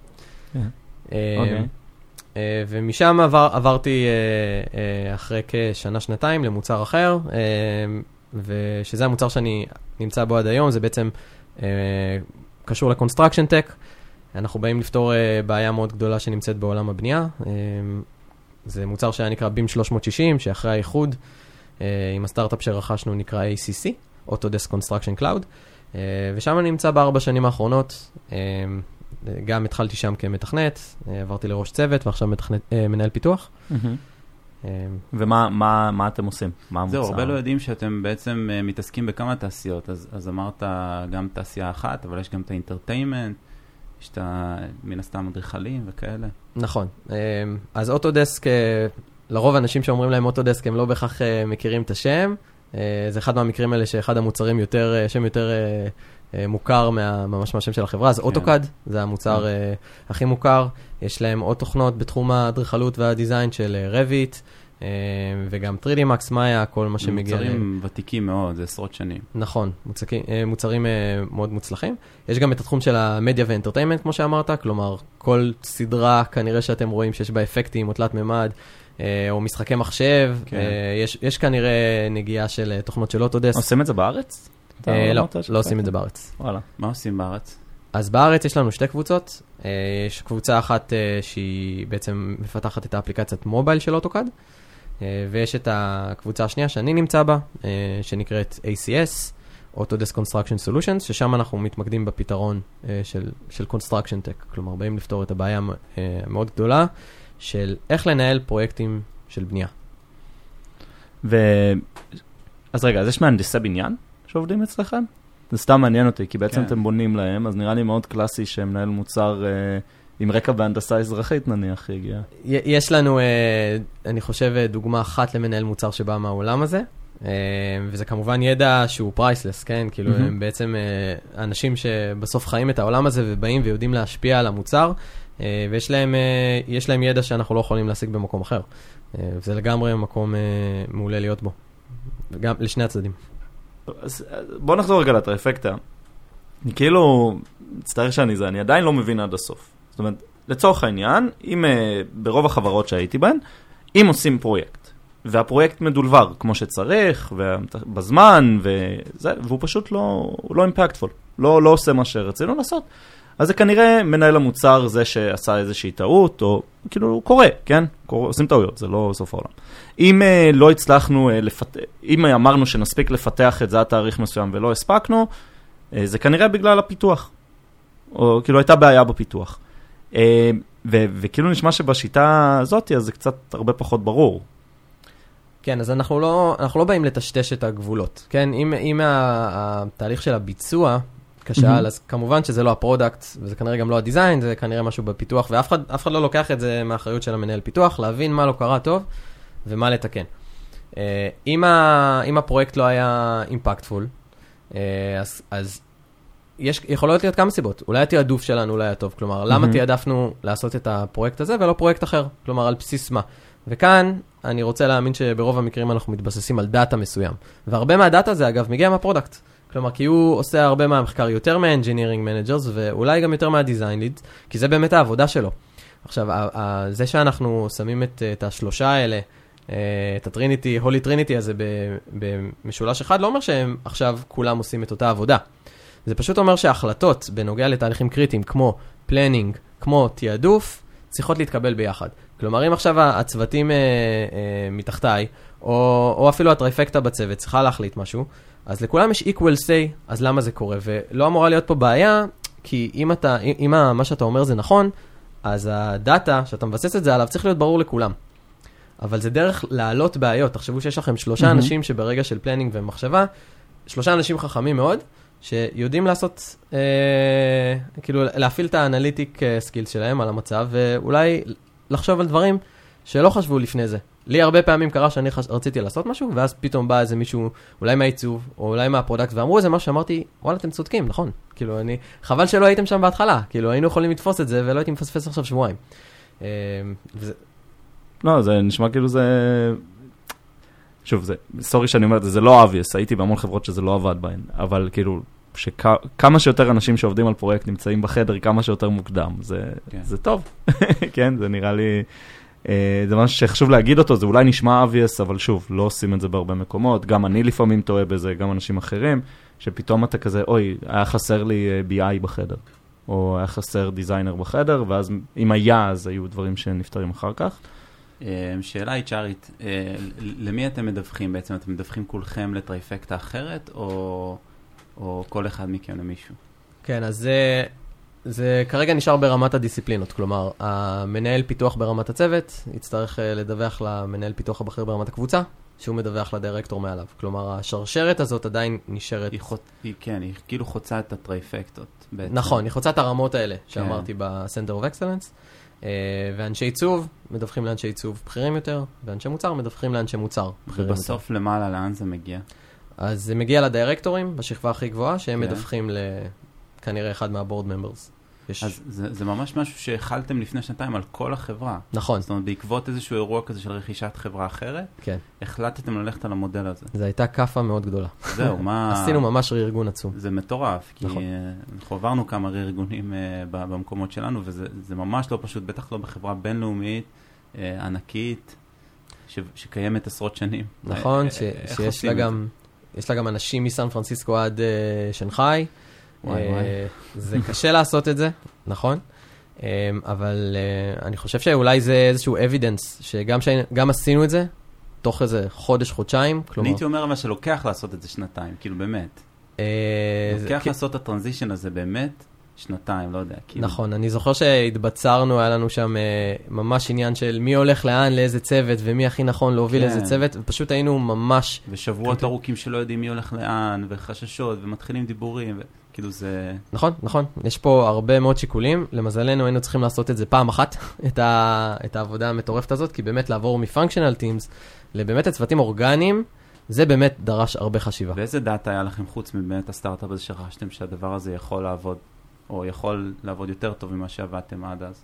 ומשם עברתי אחרי כשנה, שנתיים למוצר אחר, ושזה המוצר שאני נמצא בו עד היום, זה בעצם קשור לקונסטרקשן טק. אנחנו באים לפתור בעיה מאוד גדולה שנמצאת בעולם הבנייה. זה מוצר שהיה נקרא בים שלוש מאות שישים, שאחרי האיחוד עם הסטארט-אפ שרכשנו נקרא איי סי סי, Autodesk Construction Cloud, ושם אני נמצא בארבע שנים האחרונות. גם התחלתי שם כמתכנת, עברתי לראש צוות, ועכשיו מנהל פיתוח. ומה אתם עושים? זהו, הרבה לא יודעים שאתם בעצם מתעסקים בכמה תעשיות, אז אמרת גם תעשייה אחת, אבל יש גם את האינטרטיימנט, יש את מן הסתם אדריכלים וכאלה. נכון. אז אוטודסק, לרוב האנשים שאומרים להם אוטודסק, הם לא בהכרח מכירים את השם. זה אחד מהמקרים האלה שאחד המוצרים יותר, שם יותר מוכר ממש מהשם של החברה. אז אוטוקד, זה המוצר הכי מוכר. יש להם עוד תוכנות בתחום האדריכלות והדיזיין של רביט, וגם תרי די Max, מאיה, כל מה שמגיע. מוצרים ותיקים מאוד, זה עשרות שנים. נכון, מוצרים מאוד מוצלחים. יש גם את התחום של המדיה ואנטרטיימנט, כמו שאמרת, כלומר, כל סדרה כנראה שאתם רואים שיש בה אפקטים או תלת ממד, או משחקי מחשב, יש, יש כנראה נגיעה של תוכנות של אוטודסק. עושים את זה בארץ? לא, לא עושים את זה בארץ. וואלה. מה עושים בארץ? אז בארץ יש לנו שתי קבוצות. יש קבוצה אחת שהיא בעצם מפתחת את האפליקציית מובייל של אוטוקד, ויש את הקבוצה השנייה שאני נמצא בה, שנקראת איי סי אס, Autodesk Construction Solutions, ששם אנחנו מתמקדים בפתרון של, של Construction Tech. כלומר, באים לפתור את הבעיה מאוד גדולה של איך לנהל פרויקטים של בנייה. ו... אז רגע, אז יש מהנדסי בניין שעובדים אצלכם? זה סתם מעניין אותי, כי בעצם כן. אתם בונים להם, אז נראה לי מאוד קלאסי שמנהל מוצר אה, עם רקע בהנדסה אזרחית נניח הגיע. יש לנו, אה, אני חושב, דוגמה אחת למנהל מוצר שבא מהעולם הזה, אה, וזה כמובן ידע שהוא פרייסלס, כן? כאילו mm-hmm. הם בעצם אה, אנשים שבסוף חיים את העולם הזה ובאים ויודעים להשפיע על המוצר, אה, ויש להם, אה, יש להם ידע שאנחנו לא יכולים להשיג במקום אחר. אה, זה לגמרי מקום אה, מעולה להיות בו, וגם לשני הצדדים. אז בוא נחזור רגע לטריפקטה. אני כאילו, מצטער שאני זה, אני עדיין לא מבין עד הסוף. זאת אומרת, לצורך העניין, אם ברוב החברות שהייתי בהן, אם עושים פרויקט, והפרויקט מדולבר כמו שצריך, בזמן, וזה, והוא פשוט לא, לא אימפקטפול, לא, לא עושה מה שרצינו לעשות, אז זה כנראה מנהל המוצר זה שעשה איזושהי טעות, או כאילו הוא קורה, כן? קורה, עושים טעויות, זה לא סוף העולם. אם uh, לא הצלחנו, uh, לפתח, אם אמרנו שנספיק לפתח את זה התאריך מסוים ולא הספקנו, uh, זה כנראה בגלל הפיתוח. או כאילו הייתה בעיה בפיתוח. Uh, ו- וכאילו נשמע שבשיטה הזאת, אז זה קצת הרבה פחות ברור. כן, אז אנחנו לא, אנחנו לא באים לטשטש את הגבולות. כן, אם, אם התהליך של הביצוע כשאל, אז כמובן שזה לא הפרודקט, וזה כנראה גם לא הדיזיין, זה כנראה משהו בפיתוח, ואף אחד, אף אחד לא לוקח את זה מהאחריות של המנהל פיתוח, להבין מה לא קרה טוב, ומה לתקן. אם, ה, אם הפרויקט לא היה אימפקטפול, אז, אז יש, יכולות להיות כמה סיבות. אולי התיעדוף שלנו לא היה טוב, כלומר, למה תיעדפנו לעשות את הפרויקט הזה ולא פרויקט אחר? כלומר, על בסיס מה? וכאן אני רוצה להאמין שברוב המקרים אנחנו מתבססים על דאטה מסוים. והרבה מהדאטה זה, אגב, מגיע מהפרודקט. כלומר, כי הוא עושה הרבה מהמחקר יותר מה-engineering managers, ואולי גם יותר מה-design leads, כי זה באמת העבודה שלו. עכשיו, זה שאנחנו שמים את, את השלושה האלה, את הטריניטי, הולי טריניטי הזה במשולש אחד, לא אומר שהם עכשיו כולם עושים את אותה עבודה. זה פשוט אומר שההחלטות בנוגע לתהליכים קריטיים, כמו פלנינג, כמו תיעדוף, צריכות להתקבל ביחד. כלומר, אם עכשיו הצוותים אה, אה, מתחתיי, או, או אפילו הטרייפקטה בצוות, צריכה להחליט משהו, אז לכולם יש equal say, אז למה זה קורה? ולא אמורה להיות פה בעיה, כי אם, אתה, אם מה שאתה אומר זה נכון, אז הדאטה שאתה מבסס את זה עליו צריך להיות ברור לכולם. אבל זה דרך להעלות בעיות. תחשבו שיש לכם שלושה mm-hmm. אנשים שברגע של פלנינג ומחשבה, שלושה אנשים חכמים מאוד, שיודעים לעשות, אה, כאילו להפעיל את האנליטיק סקילס שלהם על המצב, ואולי לחשוב על דברים שלא חשבו לפני זה. לי הרבה פעמים קרה שאני חש... רציתי לעשות משהו, ואז פתאום בא איזה מישהו, אולי מהעיצוב, או אולי מהפרודקט, ואמרו איזה משהו שאמרתי, וואלה, אתם צודקים, נכון? כאילו, אני... חבל שלא הייתם שם בהתחלה, כאילו, היינו יכולים לתפוס את זה, ולא הייתי מפספס עכשיו שבועיים. אה, וזה... לא, זה נשמע כאילו זה... שוב, זה... סורי שאני אומר את זה, זה לא obvious, הייתי בהמון חברות שזה לא עבד בהן, אבל כאילו, שכמה שיותר אנשים שעובדים על פרויקט נמצאים בחדר, כמה שיותר מוקדם, זה, כן. זה טוב. כן, זה נראה לי... זה משהו שחשוב להגיד אותו, זה אולי נשמע obvious, אבל שוב, לא עושים את זה בהרבה מקומות, גם אני לפעמים טועה בזה, גם אנשים אחרים, שפתאום אתה כזה, אוי, היה חסר לי בי איי בחדר, או היה חסר דיזיינר בחדר, ואז אם היה, אז היו דברים שנפתרים אחר כך. שאלה היא צ'ארית, למי אתם מדווחים בעצם? אתם מדווחים כולכם לטרייפקטה אחרת, או, או כל אחד מכם למישהו? כן, אז זה... זה כרגע נשאר ברמת הדיסציפלינות, כלומר, המנהל פיתוח ברמת הצוות יצטרך לדווח למנהל פיתוח הבכיר ברמת הקבוצה, שהוא מדווח לדירקטור מעליו. כלומר, השרשרת הזאת עדיין נשארת... היא, חוצ... היא כן, היא כאילו חוצה את הטרייפקטות. בעצם. נכון, היא חוצה את הרמות האלה שאמרתי כן. ב-Center of Excellence, ואנשי עיצוב מדווחים לאנשי עיצוב בכירים יותר, ואנשי מוצר מדווחים לאנשי מוצר בכירים יותר. ובסוף למעלה, לאן זה מגיע? אז זה מגיע לדירקטורים בשכבה הכי גבוהה, שהם כן. מדווחים ל... כנראה אחד מהבורד ממברס. יש... אז זה, זה ממש משהו שהחלתם לפני שנתיים על כל החברה. נכון. זאת אומרת, בעקבות איזשהו אירוע כזה של רכישת חברה אחרת, כן. החלטתם ללכת על המודל הזה. זו הייתה קפה מאוד גדולה. זהו, מה... עשינו ממש רי-ארגון עצום. זה מטורף, כי נכון. אנחנו עברנו כמה רי-ארגונים uh, במקומות שלנו, וזה זה ממש לא פשוט, בטח לא בחברה בינלאומית, uh, ענקית, ש, שקיימת עשרות שנים. נכון, ש, שיש לה גם, יש לה גם אנשים מסן פרנסיסקו עד uh, שנגחאי, וואי, וואי. זה קשה לעשות את זה, נכון? אבל אני חושב שאולי זה איזשהו evidence, שגם גם עשינו את זה, תוך איזה חודש, חודשיים, כלומר... אני הייתי אומר אבל שלוקח לעשות את זה שנתיים, כאילו באמת. לוקח לעשות את הטרנזישן הזה באמת שנתיים, לא יודע. נכון, אני זוכר שהתבצרנו, היה לנו שם ממש עניין של מי הולך לאן, לאיזה צוות, ומי הכי נכון להוביל איזה צוות, ופשוט היינו ממש... ושבועות ארוכים שלא יודעים מי הולך לאן, וחששות, ומתחילים דיבורים, כאילו זה... נכון, נכון. יש פה הרבה מאוד שיקולים. למזלנו היינו צריכים לעשות את זה פעם אחת, את, ה... את העבודה המטורפת הזאת, כי באמת לעבור מפונקשיונל טימס לבאמת הצוותים אורגניים, זה באמת דרש הרבה חשיבה. ואיזה דאטה היה לכם חוץ מבאמת הסטארט-אפ הזה שחשתם שהדבר הזה יכול לעבוד, או יכול לעבוד יותר טוב ממה שעבדתם עד אז?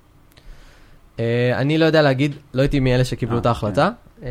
אני לא יודע להגיד, לא הייתי מאלה שקיבלו את ההחלטה.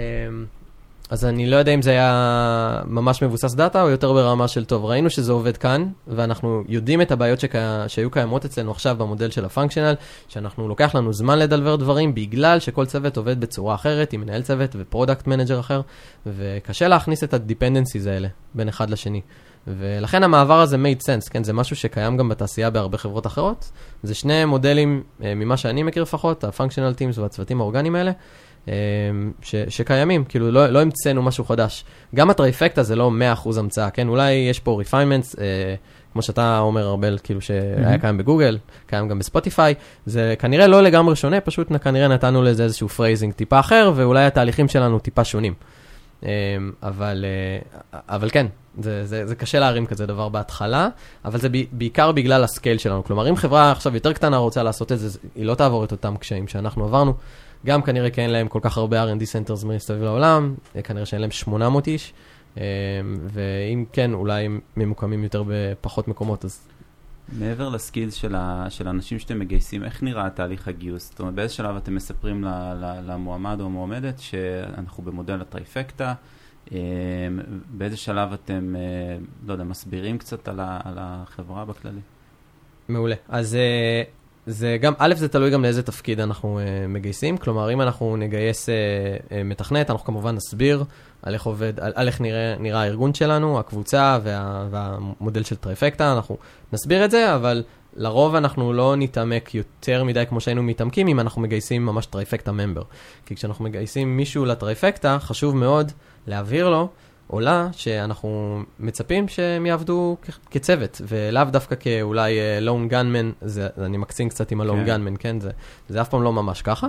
אז אני לא יודע אם זה היה ממש מבוסס דאטה, או יותר ברמה של טוב. ראינו שזה עובד כאן, ואנחנו יודעים את הבעיות שקי... שהיו קיימות אצלנו עכשיו במודל של הפונקשיונל, שאנחנו לוקח לנו זמן לדלבר דברים, בגלל שכל צוות עובד בצורה אחרת, עם מנהל צוות ופרודקט מנג'ר אחר, וקשה להכניס את הדיפנדנסיז האלה בין אחד לשני. ולכן המעבר הזה made sense, כן? זה משהו שקיים גם בתעשייה בהרבה חברות אחרות. זה שני מודלים, ממה שאני מכיר לפחות, הפונקשיונל טימס והצוותים האורגניים האלה, ש, שקיימים, כאילו לא, לא המצאנו משהו חדש. גם הטרייפקטה זה לא מאה אחוז המצאה, כן? אולי יש פה refinements, אה, כמו שאתה אומר הרבה, כאילו שהיה קיים בגוגל, קיים גם בספוטיפיי, זה כנראה לא לגמרי שונה, פשוט כנראה נתנו לזה איזשהו פרייזינג טיפה אחר, ואולי התהליכים שלנו טיפה שונים. אה, אבל, אה, אבל כן, זה, זה, זה קשה להרים כזה דבר בהתחלה, אבל זה בעיקר בגלל הסקייל שלנו. כלומר, אם חברה עכשיו יותר קטנה רוצה לעשות את זה, היא לא תעבור את אותם קשיים שאנחנו עברנו, גם כנראה כי אין להם כל כך הרבה אר אנד די centers מסביב לעולם, כנראה שאין להם שמונה מאות איש, ואם כן, אולי הם ממוקמים יותר בפחות מקומות, אז מעבר לסקילס של, ה, של האנשים שאתם מגייסים, איך נראה תהליך הגיוס? זאת אומרת, באיזה שלב אתם מספרים ל, ל, למועמד או המועמדת שאנחנו במודל הטרייפקטה, באיזה שלב אתם, לא יודע, מסבירים קצת על, ה, על החברה בכללי? מעולה. אז זה גם, א', זה תלוי גם לאיזה תפקיד אנחנו מגייסים, כלומר, אם אנחנו נגייס מתכנת, אנחנו כמובן נסביר על איך עובד, על, על איך נראה, נראה הארגון שלנו, הקבוצה וה, והמודל של טרייפקטה, אנחנו נסביר את זה, אבל לרוב אנחנו לא נתעמק יותר מדי כמו שהיינו מתעמקים אם אנחנו מגייסים ממש טרייפקטה ממבר. כי כשאנחנו מגייסים מישהו לטרייפקטה, חשוב מאוד להבהיר לו, או לה, שאנחנו מצפים שהם יעבדו כ- כצוות, ולאו דווקא כאולי לון גנמן, זה, אני מקצין קצת עם הלון גנמן, כן? זה, זה אף פעם לא ממש ככה.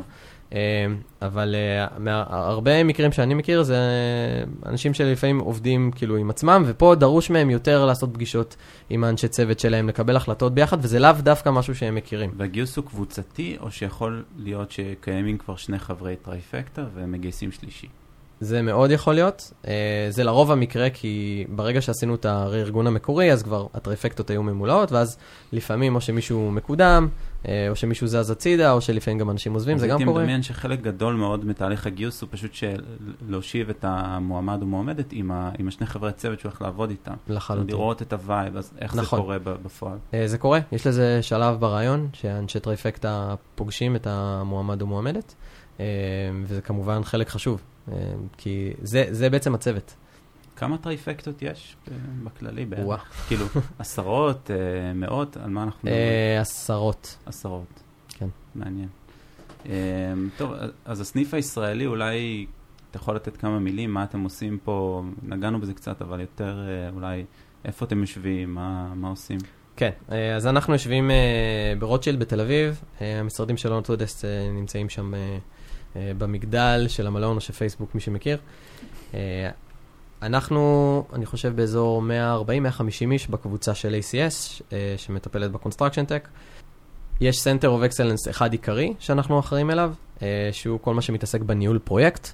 אבל הרבה מקרים שאני מכיר זה אנשים שלפעמים עובדים כאילו עם עצמם, ופה דרוש מהם יותר לעשות פגישות עם האנשי צוות שלהם, לקבל החלטות ביחד, וזה לאו דווקא משהו שהם מכירים. והגיוס הוא קבוצתי, או שיכול להיות שקיימים כבר שני חברי טרייפקטה ומגייסים שלישי? זה מאוד יכול להיות. זה לרוב המקרה, כי ברגע שעשינו את הארגון המקורי, אז כבר הטרייפקטות היו ממולאות, ואז לפעמים או שמישהו מקודם, או שמישהו זז הצידה, או שלפעמים גם אנשים עוזבים, זה גם קורה. הייתי מדמיין שחלק גדול מאוד מתהליך הגיוס הוא פשוט להושיב את המועמד או מועמדת עם, ה, עם השני חברי צוות שהוא הולך לעבוד איתם. לחלוטין. לראות את הווייב, אז איך נכון. זה קורה בפועל? זה קורה, יש לזה שלב ברעיון, שאנשי טרייפקטה פוגשים את המועמד או מועמדת, וזה כמובן חלק חשוב, כי זה, זה בעצם הצוות. כמה טרייפקטות יש בכללי בערך? כאילו, עשרות, מאות, על מה אנחנו מדברים? עשרות. עשרות. כן. מעניין. טוב, אז הסניף הישראלי, אולי אתה יכול לתת כמה מילים, מה אתם עושים פה? נגענו בזה קצת, אבל יותר אולי, איפה אתם יושבים, מה, מה עושים? כן, אז אנחנו יושבים ברוטשילד בתל אביב, המשרדים של אוטודסק נמצאים שם במגדל של המלון או של פייסבוק, מי שמכיר. אנחנו, אני חושב, באזור מאה ארבעים עד מאה חמישים איש בקבוצה של איי סי אס, שמטפלת בקונסטרקשן טק. יש Center of Excellence אחד עיקרי שאנחנו אחראים אליו, שהוא כל מה שמתעסק בניהול פרויקט.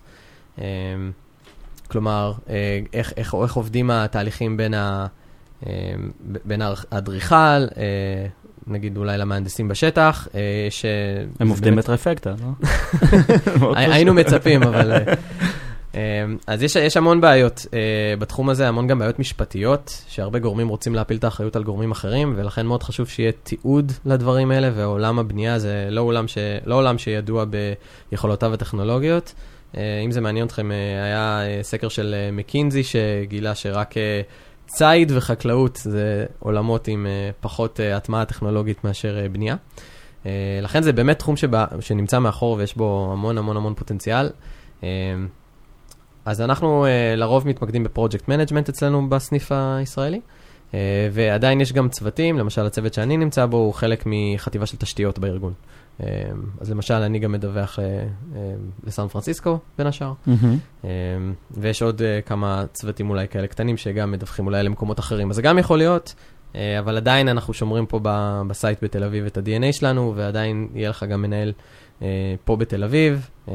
כלומר, איך, איך, איך עובדים התהליכים בין, ה, בין האדריכל, נגיד אולי למהנדסים בשטח. ש... הם עובדים בטרייפקטה, לא? היינו מצפים, אבל... אז יש, יש המון בעיות uh, בתחום הזה, המון גם בעיות משפטיות, שהרבה גורמים רוצים להפיל את האחריות על גורמים אחרים, ולכן מאוד חשוב שיהיה תיעוד לדברים האלה, ועולם הבנייה זה לא עולם, ש, לא עולם שידוע ביכולותיו הטכנולוגיות. Uh, אם זה מעניין אתכם, uh, היה uh, סקר של uh, מקינזי שגילה שרק uh, ציד וחקלאות זה עולמות עם uh, פחות uh, הטמעה טכנולוגית מאשר uh, בנייה. Uh, לכן זה באמת תחום שבא, שנמצא מאחור ויש בו המון המון המון פוטנציאל. Uh, אז אנחנו uh, לרוב מתמקדים בפרויקט מנג'מנט אצלנו בסניף הישראלי, uh, ועדיין יש גם צוותים, למשל הצוות שאני נמצא בו הוא חלק מחטיבה של תשתיות בארגון. Uh, אז למשל אני גם מדווח uh, uh, לסן פרנסיסקו בין השאר, mm-hmm. uh, ויש עוד uh, כמה צוותים אולי כאלה קטנים שגם מדווחים אולי למקומות אחרים, אז זה גם יכול להיות, uh, אבל עדיין אנחנו שומרים פה ב- בסייט בתל אביב את ה-די אן איי שלנו, ועדיין יהיה לך גם מנהל uh, פה בתל אביב. Uh,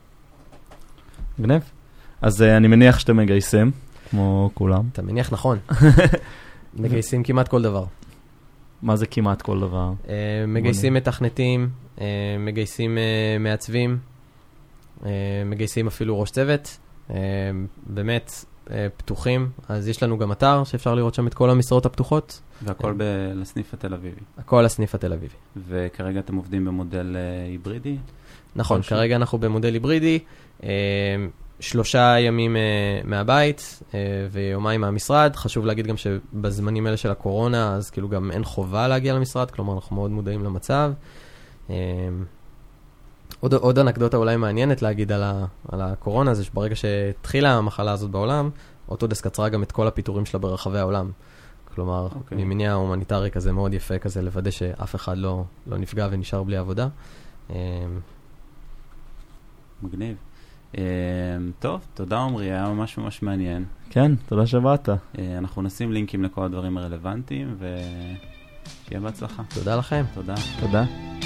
גנב. אז uh, אני מניח שאתם מגייסים, כמו כולם. אתה מניח נכון. מגייסים כמעט כל דבר. מה זה כמעט כל דבר? Uh, מגייסים מתכנתים, uh, מגייסים uh, מעצבים, uh, מגייסים אפילו ראש צוות, uh, באמת uh, פתוחים. אז יש לנו גם אתר שאפשר לראות שם את כל המשרות הפתוחות. והכל ב- לסניף התל אביבי. הכל לסניף התל אביבי. וכרגע אתם עובדים במודל uh, היברידי? נכון, כרגע אנחנו במודל היברידי. Uh, שלושה ימים uh, מהבית uh, ויומיים מהמשרד. חשוב להגיד גם שבזמנים האלה של הקורונה, אז כאילו גם אין חובה להגיע למשרד, כלומר אנחנו מאוד מודעים למצב. Uh, עוד, עוד אנקדוטה אולי מעניינת להגיד על, ה, על הקורונה, זה שברגע שהתחילה המחלה הזאת בעולם, אוטודסק קצרה גם את כל הפיתורים שלה ברחבי העולם. כלומר, okay. ממניע הומניטרי כזה מאוד יפה כזה, לוודא שאף אחד לא, לא נפגע ונשאר בלי עבודה. Uh, מגניב. Uh, טוב, תודה עומרי, היה ממש ממש מעניין. כן, תודה שבאת. Uh, אנחנו נשים לינקים לכל הדברים הרלוונטיים, ושיהיה בהצלחה. תודה לכם. תודה. תודה.